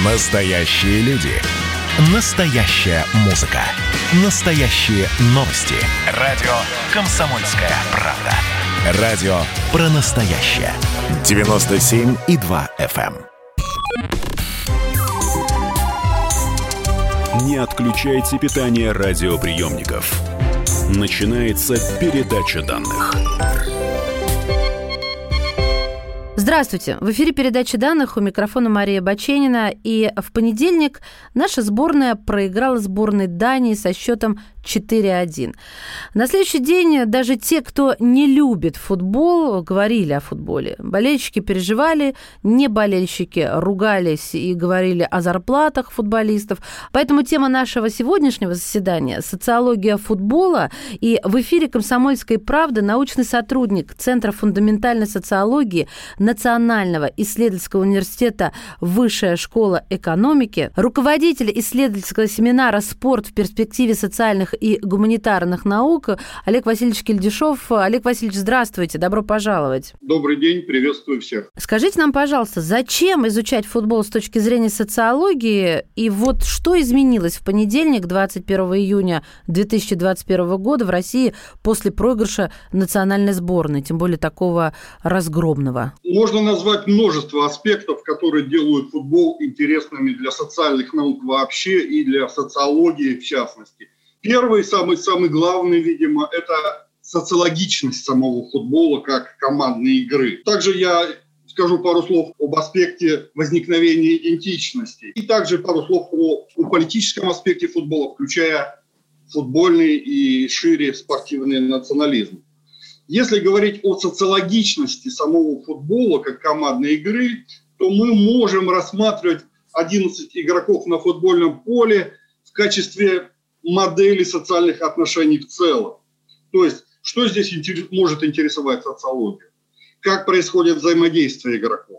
Настоящие люди. Настоящая музыка. Настоящие новости. Радио «Комсомольская правда». Радио про настоящее. 97,2 FM. Не отключайте питание радиоприемников. Начинается передача данных. Здравствуйте! В эфире передача данных, у микрофона Мария Баченина. И в понедельник наша сборная проиграла сборной Дании со счетом 4-1. На следующий день даже те, кто не любит футбол, говорили о футболе. Болельщики переживали, не болельщики ругались и говорили о зарплатах футболистов. Поэтому тема нашего сегодняшнего заседания – социология футбола. И в эфире «Комсомольской правды» научный сотрудник Центра фундаментальной социологии Национального исследовательского университета Высшая школа экономики, руководитель исследовательского семинара «Спорт в перспективе социальных и гуманитарных наук» Олег Васильевич Кильдишов. Олег Васильевич, здравствуйте, добро пожаловать. Добрый день, приветствую всех. Скажите нам, пожалуйста, зачем изучать футбол с точки зрения социологии, и вот что изменилось в понедельник, 21 июня 2021 года в России после проигрыша национальной сборной, тем более такого разгромного? Можно назвать множество аспектов, которые делают футбол интересными для социальных наук вообще и для социологии в частности. Первый, самый главный, видимо, это социологичность самого футбола как командной игры. Также я скажу пару слов об аспекте возникновения идентичности. И также пару слов о политическом аспекте футбола, включая футбольный и шире спортивный национализм. Если говорить о социологичности самого футбола как командной игры, то мы можем рассматривать 11 игроков на футбольном поле в качестве модели социальных отношений в целом. То есть, что здесь может интересовать социологию? Как происходит взаимодействие игроков?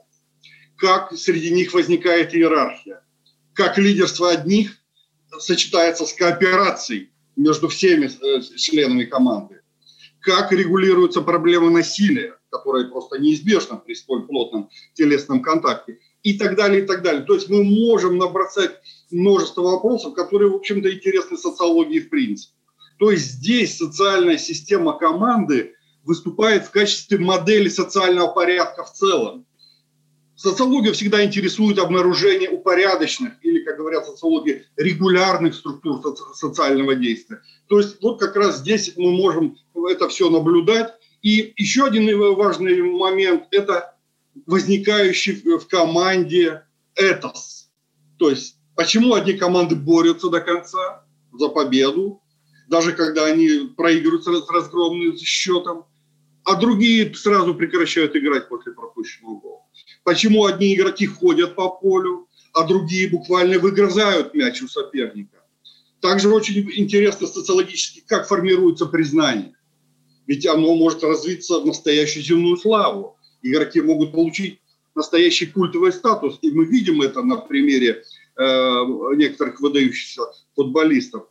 Как среди них возникает иерархия? Как лидерство одних сочетается с кооперацией между всеми членами команды? Как регулируются проблемы насилия, которые просто неизбежны при столь плотном телесном контакте, и так далее, и так далее. То есть мы можем набросать множество вопросов, которые, в общем-то, интересны социологии в принципе. То есть здесь социальная система команды выступает в качестве модели социального порядка в целом. Социология всегда интересует обнаружение упорядоченных, или, как говорят социологи, регулярных структур социального действия. То есть вот как раз здесь мы можем это все наблюдать. И еще один важный момент – это возникающий в команде этос. То есть почему одни команды борются до конца за победу, даже когда они проигрывают с разгромным счетом, а другие сразу прекращают играть после пропущенного гола. Почему одни игроки ходят по полю, а другие буквально выгрызают мяч у соперника. Также очень интересно социологически, как формируется признание. Ведь оно может развиться в настоящую земную славу. Игроки могут получить настоящий культовый статус. И мы видим это на примере некоторых выдающихся футболистов.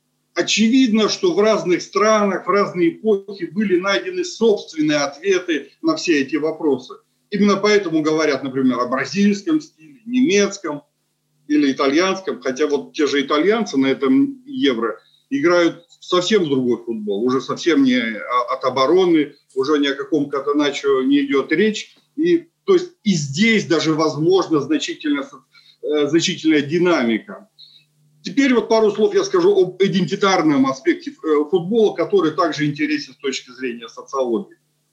Очевидно, что в разных странах, в разные эпохи были найдены собственные ответы на все эти вопросы. Именно поэтому говорят, например, о бразильском стиле, немецком или итальянском. Хотя вот те же итальянцы на этом Евро играют совсем в другой футбол. Уже совсем не от обороны, уже ни о каком катаначо не идет речь. И, то есть и здесь даже возможна значительная динамика. Теперь вот пару слов я скажу об идентитарном аспекте футбола, который также интересен с точки зрения социологии.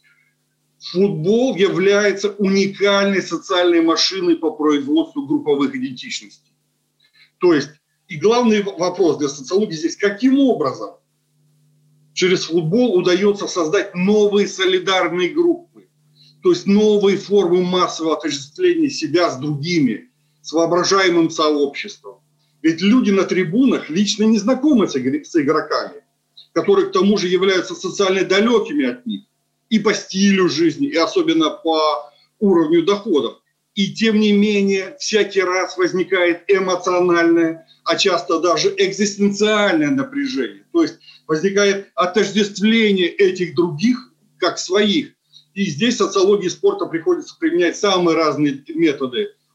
Футбол является уникальной социальной машиной по производству групповых идентичностей. То есть, и главный вопрос для социологии здесь, каким образом через футбол удается создать новые солидарные группы, то есть новые формы массового отождествления себя с другими, с воображаемым сообществом. Ведь люди на трибунах лично не знакомы с игроками, которые к тому же являются социально далекими от них и по стилю жизни, и особенно по уровню доходов. И тем не менее всякий раз возникает эмоциональное, а часто даже экзистенциальное напряжение. То есть возникает отождествление этих других как своих. И здесь в социологии спорта приходится применять самые разные методы.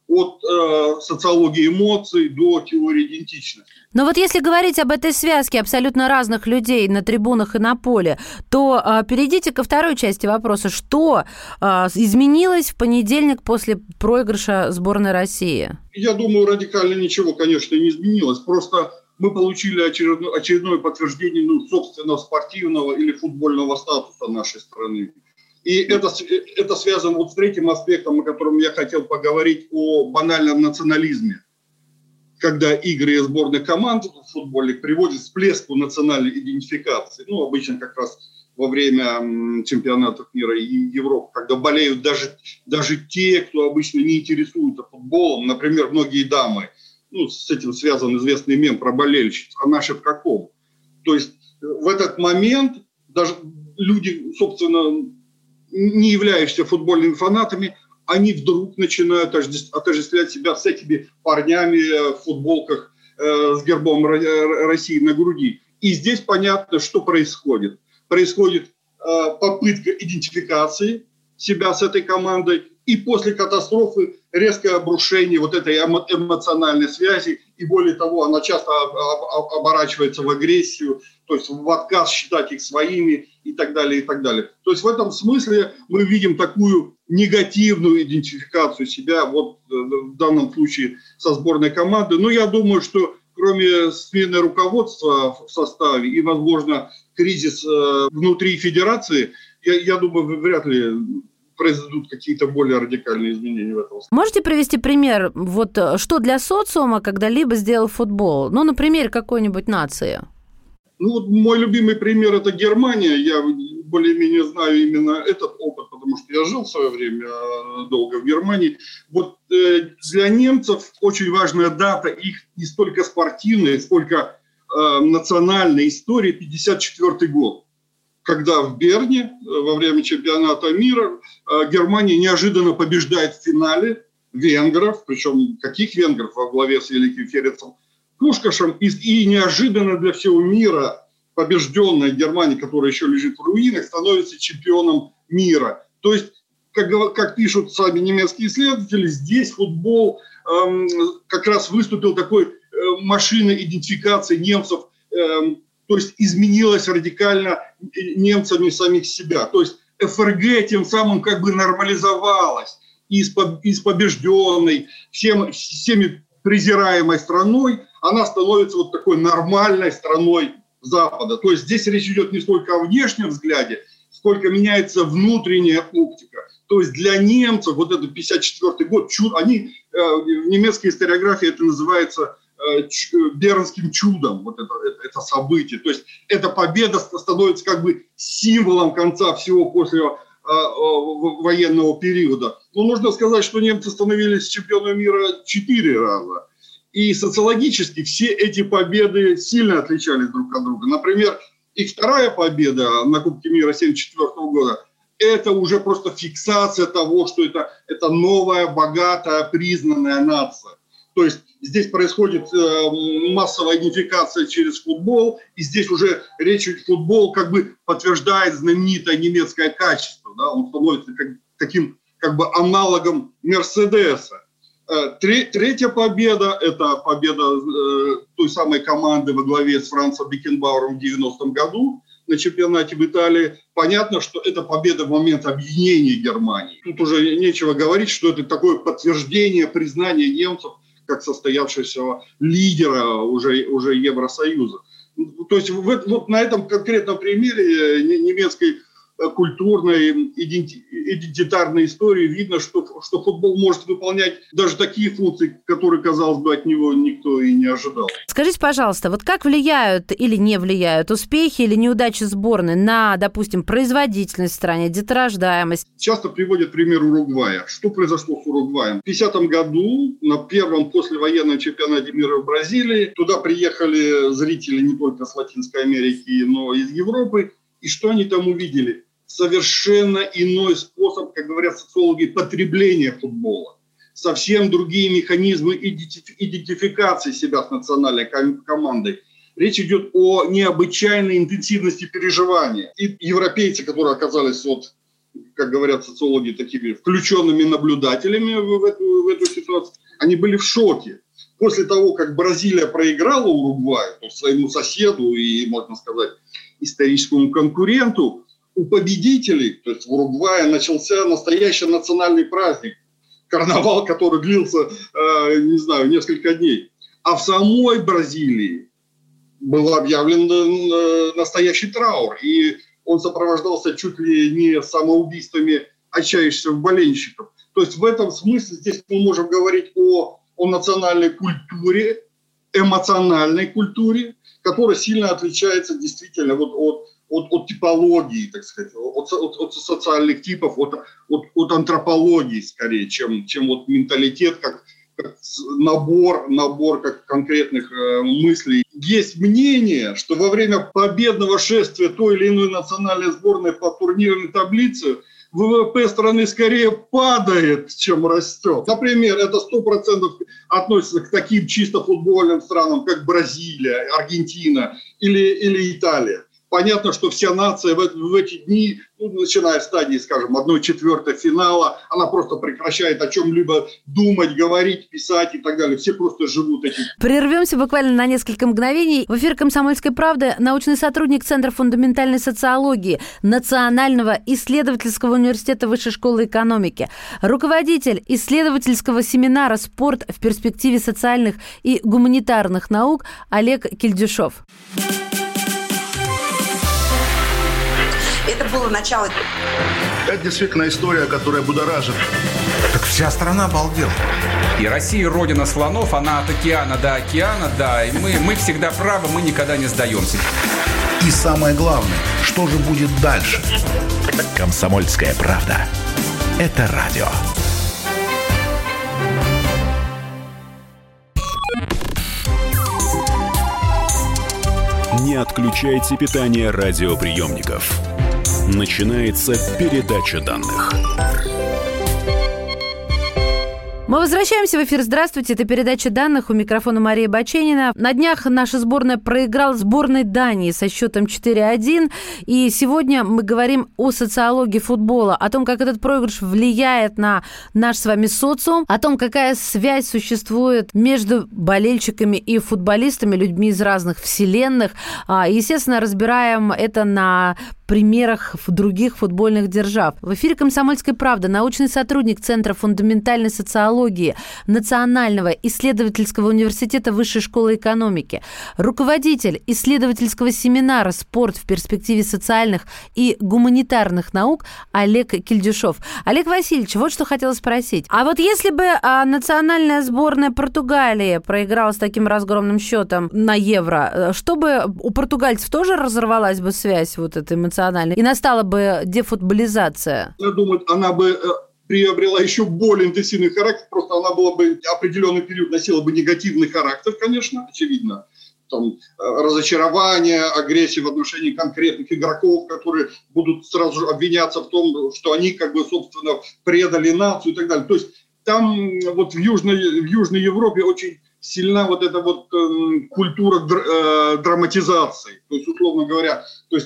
от социологии эмоций до теории идентичности. Но вот если говорить об этой связке абсолютно разных людей на трибунах и на поле, то перейдите ко второй части вопроса. Что изменилось в понедельник после проигрыша сборной России? Я думаю, радикально ничего, конечно, не изменилось. Просто мы получили очередное подтверждение собственного спортивного или футбольного статуса нашей страны. И это связано вот с третьим аспектом, о котором я хотел поговорить, о банальном национализме. Когда игры сборных команд футбольных приводят к всплеску национальной идентификации. Обычно как раз во время чемпионатов мира и Европы, когда болеют даже те, кто обычно не интересуется футболом. Например, многие дамы. С этим связан известный мем про болельщиц. А наши в каком? То есть в этот момент даже люди, собственно, не являющиеся футбольными фанатами, они вдруг начинают отождествлять себя с этими парнями в футболках с гербом России на груди. И здесь понятно, что происходит. Происходит попытка идентификации себя с этой командой, и после катастрофы резкое обрушение вот этой эмоциональной связи, и более того, она часто оборачивается в агрессию, то есть в отказ считать их своими и так далее, и так далее. То есть в этом смысле мы видим такую негативную идентификацию себя, вот в данном случае со сборной команды. Но я думаю, что кроме смены руководства в составе и, возможно, кризис внутри федерации, я думаю, вряд ли произойдут какие-то более радикальные изменения в этом. Можете привести пример, вот что для социума когда-либо сделал футбол? На примере какой-нибудь нации. Мой любимый пример – это Германия. Я более-менее знаю именно этот опыт, потому что я жил в свое время долго в Германии. Вот для немцев очень важная дата их не столько спортивная, сколько национальной истории – 1954 год. Когда в Берне во время чемпионата мира Германия неожиданно побеждает в финале венгров, причем каких венгров во главе с великим Ферицем Пушкашем, и неожиданно для всего мира побежденная Германия, которая еще лежит в руинах, становится чемпионом мира. То есть, как пишут сами немецкие исследователи, здесь футбол как раз выступил такой машиной идентификации немцев, то есть изменилась радикально немцами самих себя. То есть ФРГ тем самым как бы нормализовалась из побежденной, всеми презираемой страной, она становится вот такой нормальной страной Запада. То есть здесь речь идет не столько о внешнем взгляде, сколько меняется внутренняя оптика. То есть для немцев вот это 1954 год, они в немецкой историографии это называется бернским чудом, вот это событие. То есть эта победа становится как бы символом конца всего после военного периода. Но нужно сказать, что немцы становились чемпионами мира 4 раза. И социологически все эти победы сильно отличались друг от друга. Например, их вторая победа на Кубке мира 1974 года – это уже просто фиксация того, что это новая, богатая, признанная нация. То есть здесь происходит массовая идентификация через футбол, и здесь уже футбол как бы подтверждает знаменитое немецкое качество. Да? Он становится таким как бы аналогом Мерседеса. Третья победа – это победа той самой команды во главе с Францем Бекенбауэром в 90-м году на чемпионате в Италии. Понятно, что это победа в момент объединения Германии. Тут уже нечего говорить, что это такое подтверждение, признание немцев как состоявшегося лидера уже Евросоюза. То есть вот на этом конкретном примере немецкой культурной, идентитарной истории видно, что футбол может выполнять даже такие функции, которые, казалось бы, от него никто и не ожидал. Скажите, пожалуйста, вот как влияют или не влияют успехи или неудачи сборной на, допустим, производительность в стране, деторождаемость? Часто приводят пример Уругвая. Что произошло с Уругваем? В 1950 году на первом послевоенном чемпионате мира в Бразилии туда приехали зрители не только с Латинской Америки, но и из Европы. И что они там увидели? Совершенно иной способ, как говорят социологи, потребления футбола. Совсем другие механизмы идентификации себя с национальной командой. Речь идет о необычайной интенсивности переживания. И европейцы, которые оказались, как говорят социологи, такими включенными наблюдателями в эту ситуацию, Они были в шоке. После того, как Бразилия проиграла Уругваю, то есть своему соседу и, можно сказать, историческому конкуренту, у победителей, то есть в Уругвае, начался настоящий национальный праздник. Карнавал, который длился, несколько дней. А в самой Бразилии был объявлен настоящий траур. И он сопровождался чуть ли не самоубийствами отчаявшихся болельщиков. То есть в этом смысле здесь мы можем говорить о национальной культуре, эмоциональной культуре, которая сильно отличается действительно от типологии, так сказать, от социальных типов, от антропологии скорее, чем менталитет, как набор как конкретных мыслей. Есть мнение, что во время победного шествия той или иной национальной сборной по турнирной таблице ВВП страны скорее падает, чем растет. Например, это 100% относится к таким чисто футбольным странам, как Бразилия, Аргентина или Италия. Понятно, что вся нация в эти дни, начиная с стадии, скажем, 1/4 финала, она просто прекращает о чем-либо думать, говорить, писать и так далее. Все просто живут этим. Прервемся буквально на несколько мгновений. В эфире «Комсомольской правды» научный сотрудник Центра фундаментальной социологии Национального исследовательского университета Высшей школы экономики, руководитель исследовательского семинара «Спорт в перспективе социальных и гуманитарных наук» Олег Кильдюшов. Это было начало. Это действительно история, которая будоражит. Так вся страна обалдела. И Россия родина слонов, она от океана до океана, да. И мы всегда правы, мы никогда не сдаемся. И самое главное, что же будет дальше? «Комсомольская правда». Это радио. Не отключайте питание радиоприемников. Начинается передача данных. Мы возвращаемся в эфир. Здравствуйте, это передача данных. У микрофона Мария Баченина. На днях наша сборная проиграла сборной Дании со счетом 4-1. И сегодня мы говорим о социологии футбола, о том, как этот проигрыш влияет на наш с вами социум, о том, какая связь существует между болельщиками и футболистами, людьми из разных вселенных. Естественно, разбираем это на примерах других футбольных держав. В эфире «Комсомольской правды» научный сотрудник Центра фундаментальной социологии Национального исследовательского университета Высшей школы экономики, руководитель исследовательского семинара «Спорт в перспективе социальных и гуманитарных наук» Олег Кильдюшов. Олег Васильевич, вот что хотела спросить. А вот если бы национальная сборная Португалии проиграла с таким разгромным счетом на Евро, что бы у португальцев тоже разорвалась бы связь вот эта эмоциональная, и настала бы дефутболизация? Я думаю, она бы приобрела еще более интенсивный характер, просто она была бы определенный период носила бы негативный характер, конечно, очевидно. Там, разочарование, агрессия в отношении конкретных игроков, которые будут сразу же обвиняться в том, что они, собственно, предали нацию и так далее. То есть там вот в Южной Европе очень сильна вот эта вот культура драматизации. То есть, условно говоря,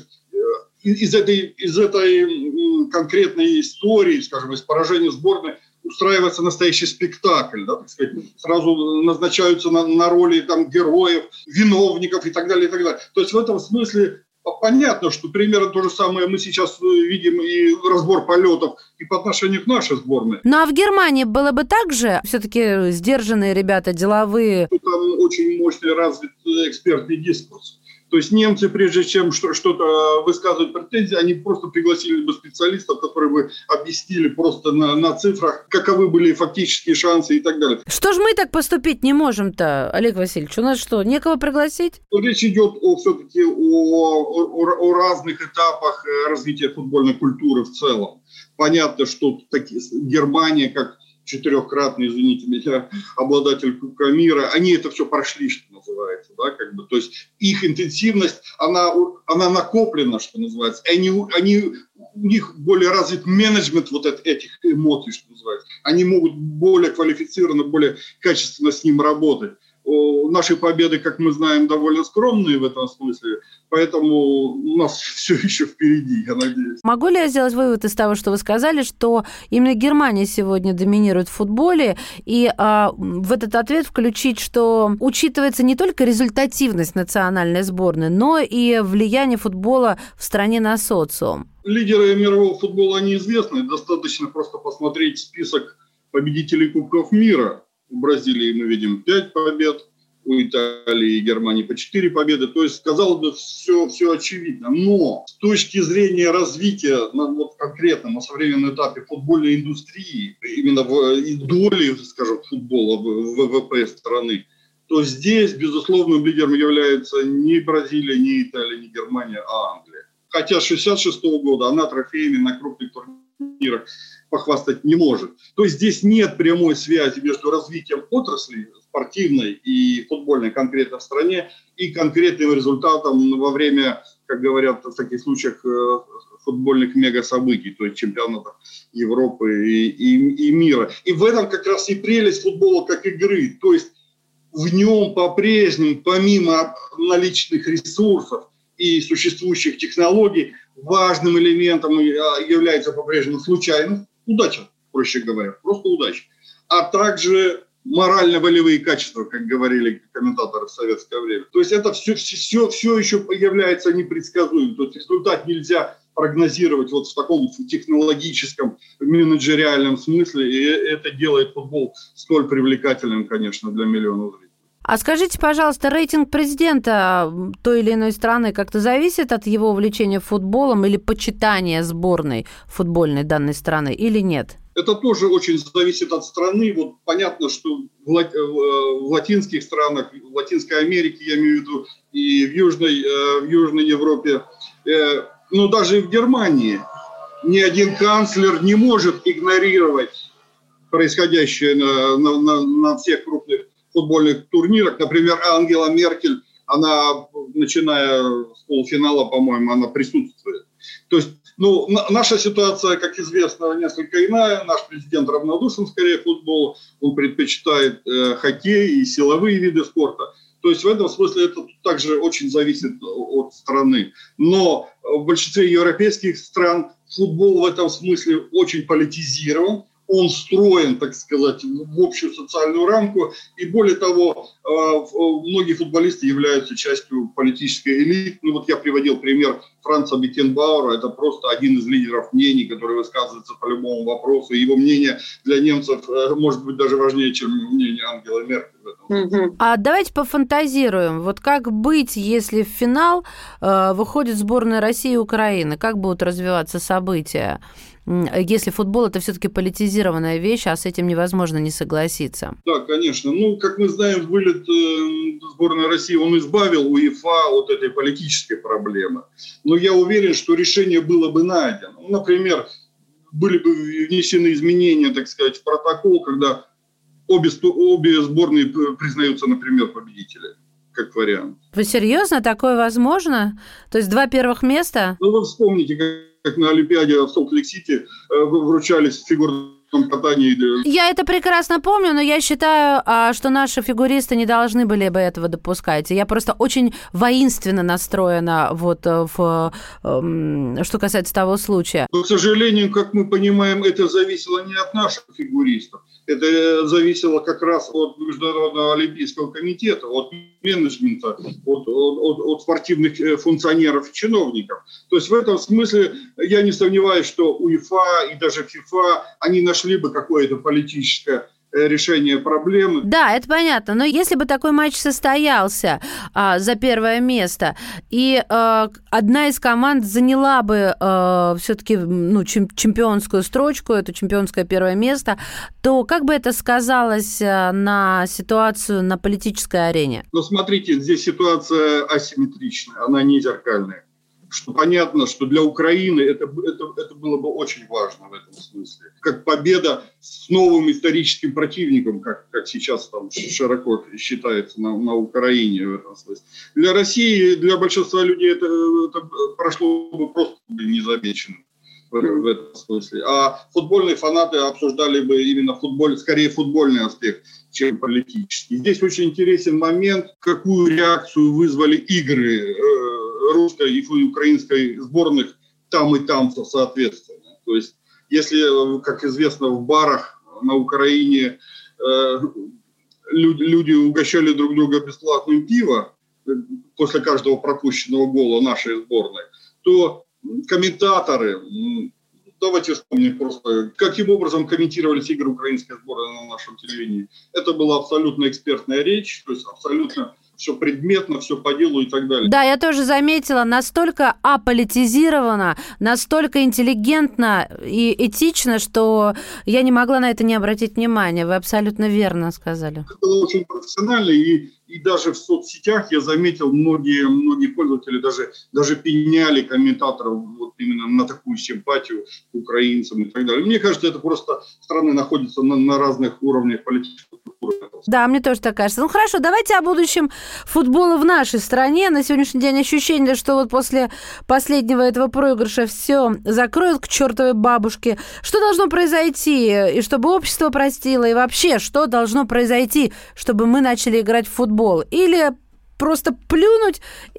из этой конкретной истории, скажем, из поражения сборной устраивается настоящий спектакль, да, так сказать, сразу назначаются на роли там героев, виновников и так далее, и так далее. То есть в этом смысле понятно, что примерно то же самое мы сейчас видим и разбор полетов и по отношению к нашей сборной. Ну а в Германии было бы так же? Все-таки сдержанные ребята, деловые. Там очень мощный развит экспертный дискурс. То есть немцы, прежде чем что-то высказывать претензии, они просто пригласили бы специалистов, которые бы объяснили просто на цифрах, каковы были фактические шансы и так далее. Что ж мы так поступить не можем-то, Олег Васильевич? У нас что, некого пригласить? Речь идет все-таки о разных этапах развития футбольной культуры в целом. Понятно, что Германия, как 4-кратный, извините меня, обладатель Кубка мира, они это все прошли, что называется, да, то есть их интенсивность, она накоплена, что называется, у них более развит менеджмент вот этих эмоций, что называется, они могут более квалифицированно, более качественно с ним работать. наши победы, как мы знаем, довольно скромные в этом смысле, поэтому у нас все еще впереди, я надеюсь. Могу ли я сделать вывод из того, что вы сказали, что именно Германия сегодня доминирует в футболе, и в этот ответ включить, что учитывается не только результативность национальной сборной, но и влияние футбола в стране на социум? Лидеры мирового футбола неизвестны, достаточно просто посмотреть список победителей Кубков мира. В Бразилии мы видим 5 побед, у Италии и Германии по 4 победы. То есть, казалось бы, все очевидно. Но с точки зрения развития конкретно на современном этапе футбольной индустрии, именно доли, скажем, футбола в ВВП страны, то здесь, безусловным лидером является не Бразилия, не Италия, не Германия, а Англия. Хотя с 1966 года она трофеями на крупных турнирах похвастать не может. То есть здесь нет прямой связи между развитием отрасли спортивной и футбольной конкретно в стране и конкретным результатом во время, как говорят в таких случаях, футбольных мегасобытий, то есть чемпионатов Европы и мира. И в этом как раз и прелесть футбола как игры. То есть в нем по-прежнему, помимо наличных ресурсов и существующих технологий, важным элементом является по-прежнему случайность, удача, проще говоря, просто удача, а также морально-волевые качества, как говорили комментаторы в советское время. То есть это все еще является непредсказуемым. То есть результат нельзя прогнозировать вот в таком технологическом, менеджериальном смысле, и это делает футбол столь привлекательным, конечно, для миллионов зрителей. А скажите, пожалуйста, рейтинг президента той или иной страны как-то зависит от его увлечения футболом или почитания сборной футбольной данной страны или нет? Это тоже очень зависит от страны. Вот понятно, что в латинских странах, в Латинской Америке, я имею в виду, и в Южной Европе, но даже и в Германии ни один канцлер не может игнорировать происходящее на всех крупных футбольных турнирах. Например, Ангела Меркель, она, начиная с полуфинала, по-моему, она присутствует. То есть, наша ситуация, как известно, несколько иная. Наш президент равнодушен скорее футболу. Он предпочитает хоккей и силовые виды спорта. То есть, в этом смысле это также очень зависит от страны. Но в большинстве европейских стран футбол в этом смысле очень политизирован. Он встроен, так сказать, в общую социальную рамку. И более того, многие футболисты являются частью политической элиты. Вот я приводил пример Франца Бекенбауэра. Это просто один из лидеров мнений, который высказывается по любому вопросу. Его мнение для немцев может быть даже важнее, чем мнение Ангелы Меркель. А давайте пофантазируем. Вот как быть, если в финал выходит сборная России и Украины? Как будут развиваться события? Если футбол – это все-таки политизированная вещь, а с этим невозможно не согласиться. Да, конечно. Как мы знаем, вылет сборной России, он избавил УЕФА от этой политической проблемы. Но я уверен, что решение было бы найдено. Например, были бы внесены изменения, так сказать, в протокол, когда обе сборные признаются, например, победителями, как вариант. Вы серьезно? Такое возможно? То есть 2 первых места? Вы вспомните, как на Олимпиаде в Солт-Лейк-Сити вручались в фигурном катании. Я это прекрасно помню, но я считаю, что наши фигуристы не должны были бы этого допускать. Я просто очень воинственно настроена что касается того случая. Но, к сожалению, как мы понимаем, это зависело не от наших фигуристов. Это зависело как раз от Международного олимпийского комитета, от менеджмента, от спортивных функционеров и чиновников. То есть в этом смысле я не сомневаюсь, что УЕФА и даже ФИФА, они нашли бы какое-то политическое решение проблемы. Да, это понятно. Но если бы такой матч состоялся за первое место, и одна из команд заняла бы все-таки чемпионскую строчку, это чемпионское первое место, то как бы это сказалось на ситуацию на политической арене? Смотрите, здесь ситуация асимметричная, она не зеркальная. Что понятно, что для Украины это было бы очень важно в этом смысле. Как победа с новым историческим противником, как сейчас там широко считается на Украине в этом смысле. Для России, для большинства людей это прошло бы просто незамеченным. в этом смысле. А футбольные фанаты обсуждали бы именно скорее футбольный аспект, чем политический. Здесь очень интересен момент, какую реакцию вызвали игры русской и украинской сборных там и там соответственно. То есть, если, как известно, в барах на Украине люди угощали друг друга бесплатным пивом после каждого пропущенного гола нашей сборной, то комментаторы, давайте вспомним просто, каким образом комментировались игры украинской сборной на нашем телевидении. Это была абсолютно экспертная речь, то есть абсолютно все предметно, все по делу и так далее. Да, я тоже заметила, настолько аполитизировано, настолько интеллигентно и этично, что я не могла на это не обратить внимания. Вы абсолютно верно сказали. Это было очень профессионально, и даже в соцсетях я заметил, многие пользователи даже пеняли комментаторов вот именно на такую симпатию к украинцам и так далее. Мне кажется, это просто страны находятся на разных уровнях политической культуры. Да, мне тоже так кажется. Ну хорошо, давайте о будущем футбола в нашей стране. На сегодняшний день ощущение, что вот после последнего этого проигрыша все закроют к чертовой бабушке. Что должно произойти, и чтобы общество простило, и вообще, что должно произойти, чтобы мы начали играть в футбол? Или просто плюнуть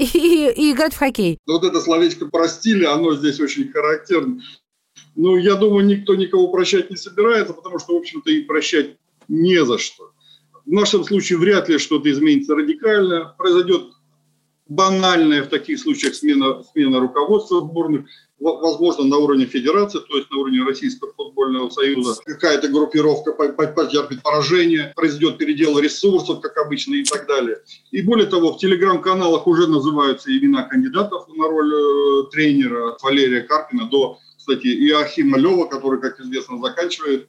и играть в хоккей? Вот это словечко «простили», оно здесь очень характерно. Ну, я думаю, никто никого прощать не собирается, потому что, в общем-то, и прощать не за что. В нашем случае вряд ли что-то изменится радикально. Произойдет банальная в таких случаях смена руководства сборных, возможно, на уровне федерации, то есть на уровне Российского футбольного союза. Какая-то группировка потерпит поражение, произойдет передел ресурсов, как обычно, и так далее. И более того, в телеграм-каналах уже называются имена кандидатов на роль тренера, от Валерия Карпина до, кстати, Иоахима Лёва, который, как известно, заканчивает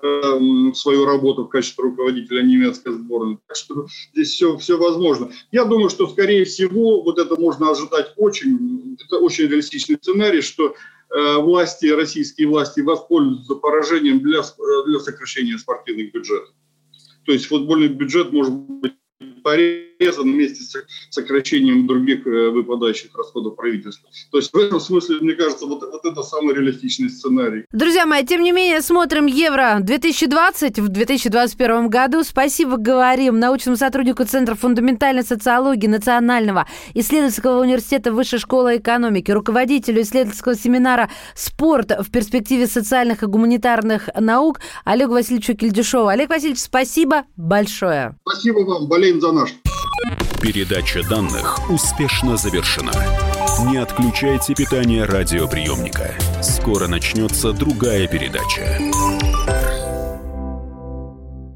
свою работу в качестве руководителя немецкой сборной. Так что здесь все возможно. Я думаю, что, скорее всего, вот это можно ожидать это очень реалистичный сценарий, что российские власти воспользуются поражением для сокращения спортивных бюджетов. То есть футбольный бюджет может быть порезан вместе с сокращением других выпадающих расходов правительства. То есть в этом смысле, мне кажется, вот это самый реалистичный сценарий. Друзья мои, тем не менее, смотрим Евро-2020 в 2021 году. Спасибо говорим научному сотруднику Центра фундаментальной социологии Национального исследовательского университета Высшей школы экономики, руководителю исследовательского семинара «Спорт в перспективе социальных и гуманитарных наук» Олегу Васильевичу Кильдюшову. Олег Васильевич, спасибо большое. Спасибо вам, болеем за наш. Передача данных успешно завершена. Не отключайте питание радиоприемника. Скоро начнется другая передача.